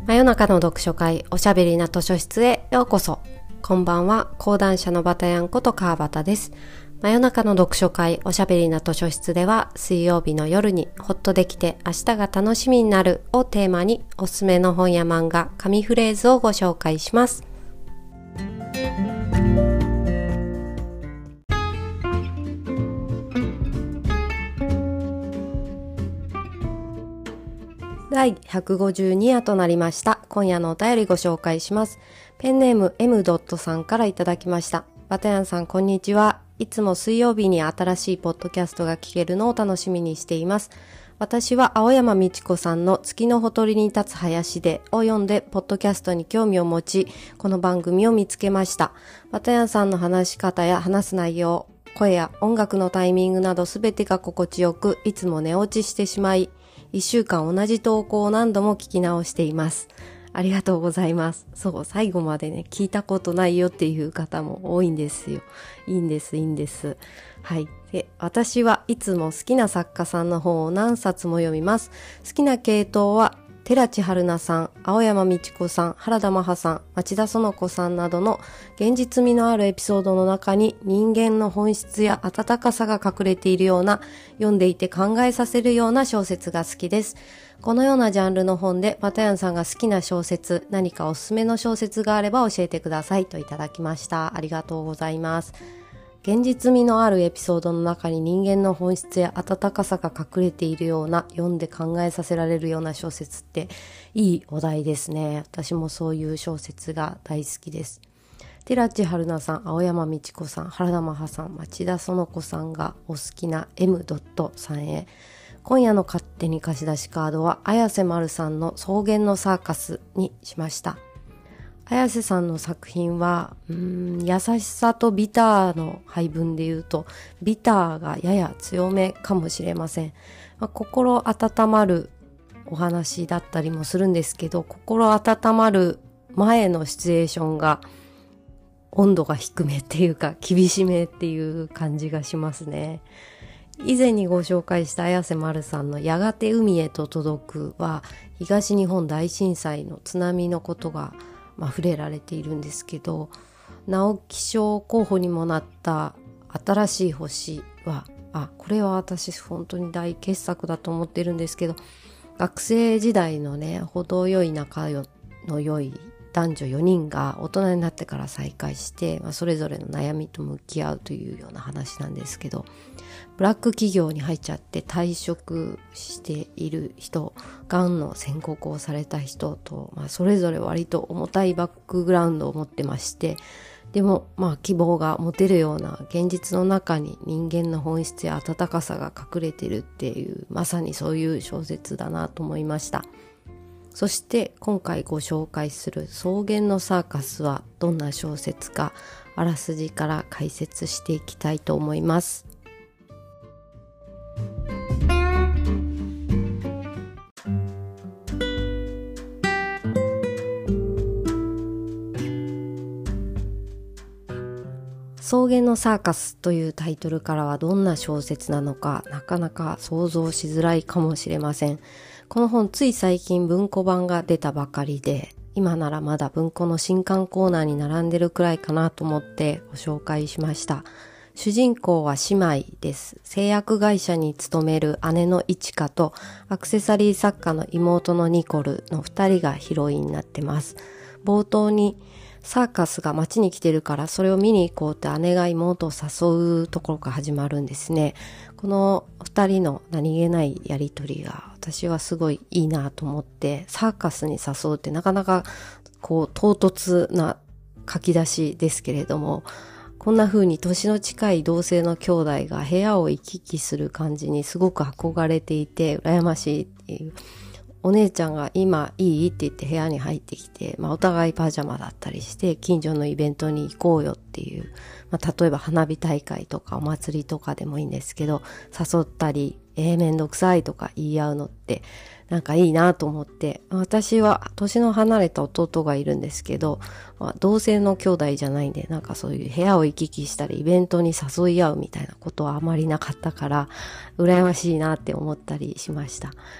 真夜中の読書会おしゃべりな図書室へようこそ。こんばんは、講談社のバタヤンこと川端です。真夜中の読書会おしゃべりな図書室では、水曜日の夜にホッとできて明日が楽しみになるをテーマに、おすすめの本や漫画、紙フレーズをご紹介します。第152夜となりました。今夜のお便りご紹介します。ペンネーム M. さんからいただきました。バタヤンさん、こんにちは。いつも水曜日に新しいポッドキャストが聞けるのを楽しみにしています。私は青山美智子さんの月のほとりに立つ林でを読んで、ポッドキャストに興味を持ち、この番組を見つけました。バタヤンさんの話し方や話す内容、声や音楽のタイミングなどすべてが心地よく、いつも寝落ちしてしまい、1週間同じ投稿を何度も聞き直しています。ありがとうございます。そう、最後までね、聞いたことないよっていう方も多いんですよ。いいんです。はい。で、私はいつも好きな作家さんの本を何冊も読みます。好きな系統は、寺地春菜さん、青山美智子さん、原田マハさん、町田園子さんなどの現実味のあるエピソードの中に人間の本質や温かさが隠れているような、読んでいて考えさせるような小説が好きです。このようなジャンルの本でバタヤンさんが好きな小説、何かおすすめの小説があれば教えてくださいといただきました。ありがとうございます。現実味のあるエピソードの中に人間の本質や温かさが隠れているような、読んで考えさせられるような小説っていいお題ですね。私もそういう小説が大好きです。寺地春菜さん、青山美智子さん、原田マハさん、町田園子さんがお好きな M. さんへ。今夜の勝手に貸し出しカードは綾瀬まるさんの草原のサーカスにしました。綾瀬さんの作品は優しさとビターの配分で言うとビターがやや強めかもしれません。心温まるお話だったりもするんですけど、心温まる前のシチュエーションが温度が低めっていうか厳しめっていう感じがしますね。以前にご紹介した綾瀬まるさんのやがて海へと届くは、東日本大震災の津波のことが触れられているんですけど、直木賞候補にもなった新しい星は、これは私本当に大傑作だと思ってるんですけど、学生時代のね、程よい仲の良い男女4人が大人になってから再会して、それぞれの悩みと向き合うというような話なんですけど、ブラック企業に入っちゃって退職している人、がんの宣告をされた人と、それぞれ割と重たいバックグラウンドを持ってまして、でも希望が持てるような現実の中に人間の本質や温かさが隠れてるっていう、まさにそういう小説だなと思いました。そして今回ご紹介する草原のサーカスはどんな小説か、あらすじから解説していきたいと思います。草原のサーカスというタイトルからはどんな小説なのか、なかなか想像しづらいかもしれません。この本つい最近文庫版が出たばかりで、今ならまだ文庫の新刊コーナーに並んでるくらいかなと思ってご紹介しました。主人公は姉妹です。製薬会社に勤める姉のいちかとアクセサリー作家の妹のニコルの2人がヒロインになってます。冒頭にサーカスが街に来てるからそれを見に行こうって姉が妹を誘うところから始まるんですね。この2人の何気ないやりとりが私はすごいいいなと思って、サーカスに誘うってなかなか唐突な書き出しですけれども、こんな風に年の近い同性の兄弟が部屋を行き来する感じにすごく憧れていて羨ましいっていう。お姉ちゃんが今いいって言って部屋に入ってきて、お互いパジャマだったりして近所のイベントに行こうよっていう、例えば花火大会とかお祭りとかでもいいんですけど、誘ったりめんどくさいとか言い合うのってなんかいいなと思って、私は年の離れた弟がいるんですけど、同性の兄弟じゃないんで、なんかそういう部屋を行き来したりイベントに誘い合うみたいなことはあまりなかったから羨ましいなって思ったりしました。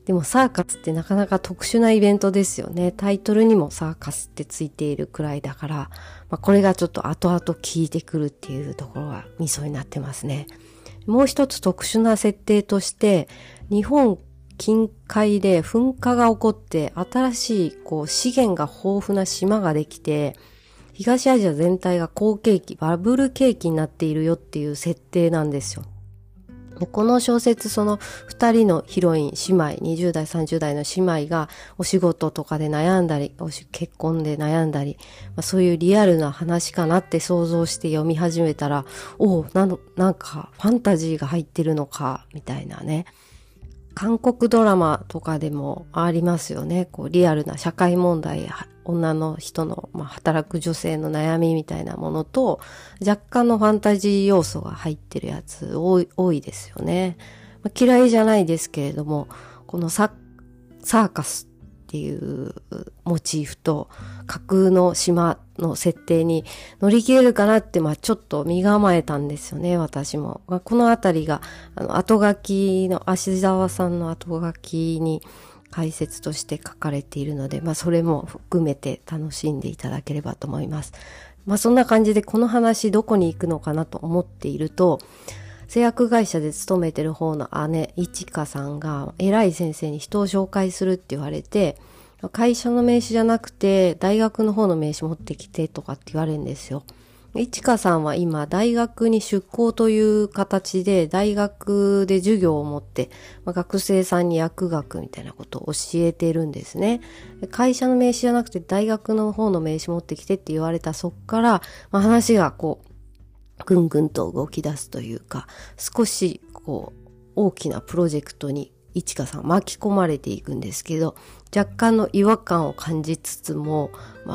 でもサーカスってなかなか特殊なイベントですよね。タイトルにもサーカスってついているくらいだから、これがちょっと後々効いてくるっていうところがミソになってますね。もう一つ特殊な設定として、日本近海で噴火が起こって新しい資源が豊富な島ができて、東アジア全体が好景気、バブル景気になっているよっていう設定なんですよ。でこの小説、その二人のヒロイン、姉妹、20代、30代の姉妹がお仕事とかで悩んだり、結婚で悩んだり、そういうリアルな話かなって想像して読み始めたら、なんかファンタジーが入ってるのか、みたいなね。韓国ドラマとかでもありますよね。リアルな社会問題、女の人の、働く女性の悩みみたいなものと、若干のファンタジー要素が入ってるやつ多いですよね。嫌いじゃないですけれども、このサーカスっていうモチーフと架空の島の設定に乗り切れるかなって、ちょっと身構えたんですよね、私も。このあたりが、後書きの、芦沢さんの後書きに解説として書かれているので、それも含めて楽しんでいただければと思います。そんな感じでこの話どこに行くのかなと思っていると、製薬会社で勤めてる方の姉、いちかさんが偉い先生に人を紹介するって言われて、会社の名刺じゃなくて大学の方の名刺持ってきてとかって言われるんですよ。いちかさんは今大学に出向という形で大学で授業を持って、学生さんに薬学みたいなことを教えているんですね。会社の名刺じゃなくて大学の方の名刺持ってきてって言われたそっから、話がぐんぐんと動き出すというか、少し大きなプロジェクトにいちかさん巻き込まれていくんですけど、若干の違和感を感じつつも、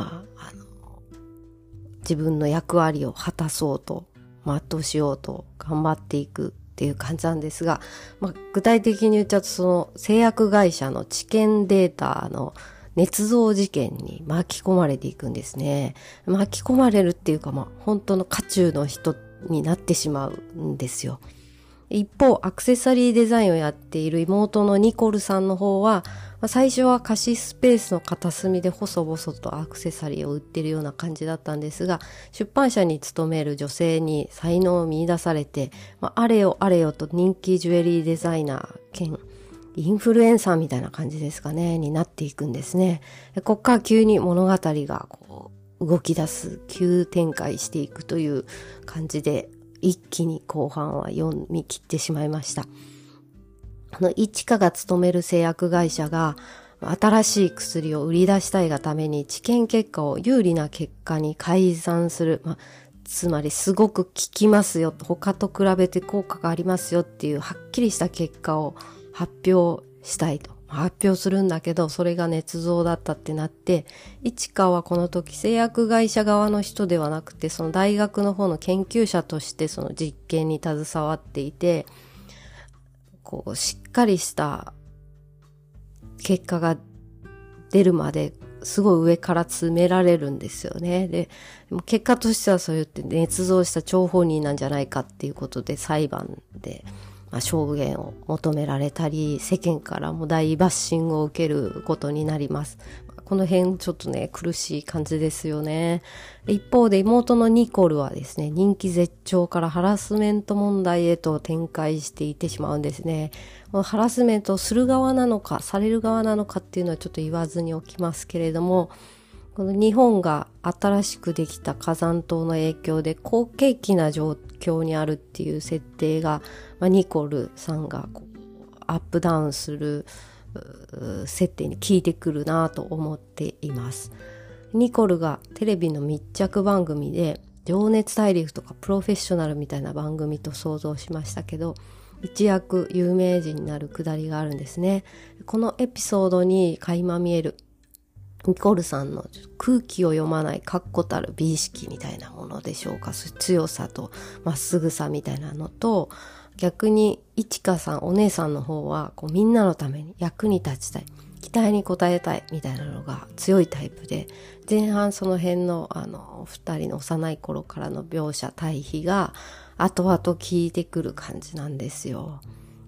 自分の役割を果たそうと、全うしようと頑張っていくっていう感じなんですが、具体的に言っちゃうと、その製薬会社の治験データの捏造事件に巻き込まれていくんですね。巻き込まれるっていうか、本当の渦中の人になってしまうんですよ。一方、アクセサリーデザインをやっている妹のニコルさんの方は、最初は貸しスペースの片隅で細々とアクセサリーを売ってるような感じだったんですが、出版社に勤める女性に才能を見出されて、あれよあれよと人気ジュエリーデザイナー兼インフルエンサーみたいな感じですかね、になっていくんですね。こっから急に物語が動き出す、急展開していくという感じで、一気に後半は読み切ってしまいました。いちかが勤める製薬会社が新しい薬を売り出したいがために治験結果を有利な結果に改ざんする。つまりすごく効きますよ。他と比べて効果がありますよっていうはっきりした結果を発表したいと。発表するんだけど、それが捏造だったってなって、いちかはこの時製薬会社側の人ではなくて、その大学の方の研究者としてその実験に携わっていて、しっかりした結果が出るまですごい上から詰められるんですよね。で、結果としてはそう言って捏造した張本人なんじゃないかっていうことで裁判で証言を求められたり、世間からも大バッシングを受けることになります。この辺ちょっとね、苦しい感じですよね。一方で妹のニコルはですね、人気絶頂からハラスメント問題へと展開していってしまうんですね。このハラスメントをする側なのか、される側なのかっていうのはちょっと言わずにおきますけれども、この日本が新しくできた火山島の影響で好景気な状況にあるっていう設定が、ニコルさんがアップダウンする設定に効いてくるなと思っています。ニコルがテレビの密着番組で情熱大陸とかプロフェッショナルみたいな番組と想像しましたけど、一躍有名人になるくだりがあるんですね。このエピソードに垣間見えるニコルさんの空気を読まない確固たる美意識みたいなものでしょうか。強さとまっすぐさみたいなのと、逆にいちかさん、お姉さんの方はみんなのために役に立ちたい、期待に応えたいみたいなのが強いタイプで、前半その辺の二人の幼い頃からの描写対比が後々効いてくる感じなんですよ。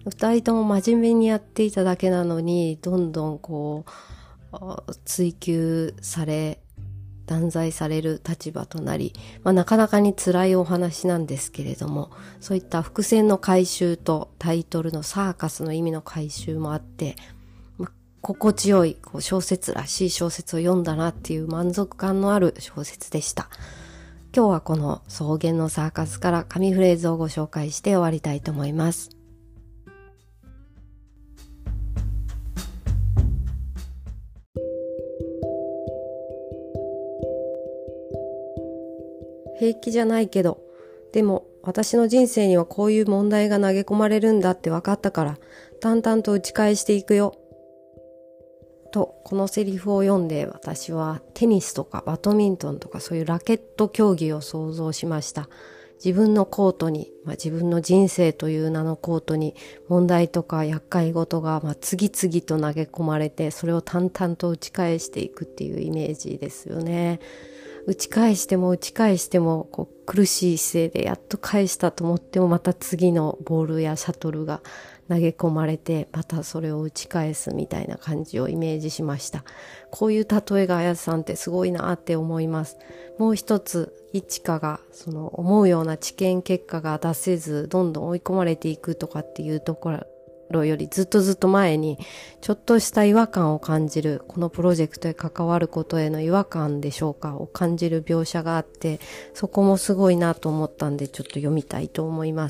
二人とも真面目にやっていただけなのに、どんどん追求され、断罪される立場となり、なかなかに辛いお話なんですけれども、そういった伏線の回収とタイトルのサーカスの意味の回収もあって、心地よい小説らしい小説を読んだなっていう満足感のある小説でした。今日はこの草原のサーカスから神フレーズをご紹介して終わりたいと思います。平気じゃないけど、でも私の人生にはこういう問題が投げ込まれるんだって分かったから、淡々と打ち返していくよ。と、このセリフを読んで私はテニスとかバドミントンとかそういうラケット競技を想像しました。自分のコートに、自分の人生という名のコートに問題とか厄介事が次々と投げ込まれて、それを淡々と打ち返していくっていうイメージですよね。打ち返しても苦しい姿勢でやっと返したと思っても、また次のボールやシャトルが投げ込まれて、またそれを打ち返すみたいな感じをイメージしました。こういう例えが綾さんってすごいなって思います。もう一つ、一花が思うような知見結果が出せず、どんどん追い込まれていくとかっていうところよりずっと前にちょっとした違和感を感じる、このプロジェクトへ関わることへの違和感でしょうかを感じる描写があって、そこもすごいなと思ったんでちょっと読みたいと思います。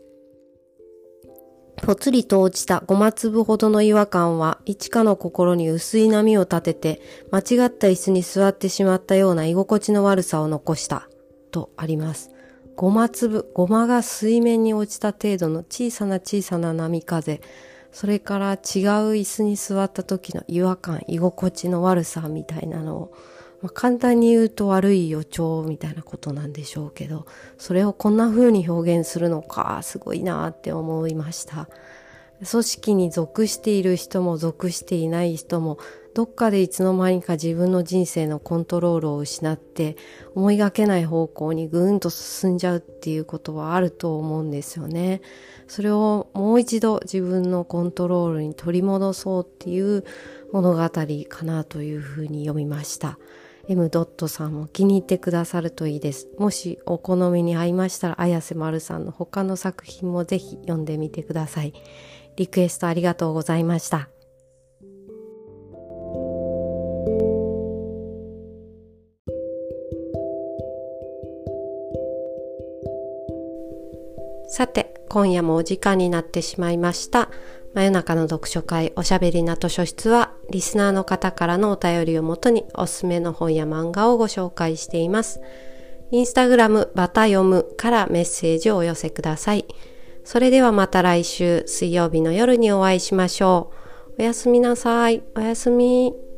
ぽつりと落ちた5粒ほどの違和感は一花の心に薄い波を立てて、間違った椅子に座ってしまったような居心地の悪さを残したとあります。ごまが水面に落ちた程度の小さな波風、それから違う椅子に座った時の違和感、居心地の悪さみたいなのを、簡単に言うと悪い予兆みたいなことなんでしょうけど、それをこんな風に表現するのか、すごいなって思いました。組織に属している人も属していない人も、どっかでいつの間にか自分の人生のコントロールを失って思いがけない方向にぐーんと進んじゃうっていうことはあると思うんですよね。それをもう一度自分のコントロールに取り戻そうっていう物語かなというふうに読みました。M. さんも気に入ってくださるといいです。もしお好みに合いましたら綾瀬まるさんの他の作品もぜひ読んでみてください。リクエストありがとうございました。さて、今夜もお時間になってしまいました。真夜中の読書会おしゃべりな図書室は、リスナーの方からのお便りをもとにおすすめの本や漫画をご紹介しています。インスタグラムバタ読むからメッセージをお寄せください。それではまた来週水曜日の夜にお会いしましょう。おやすみなさい。おやすみ。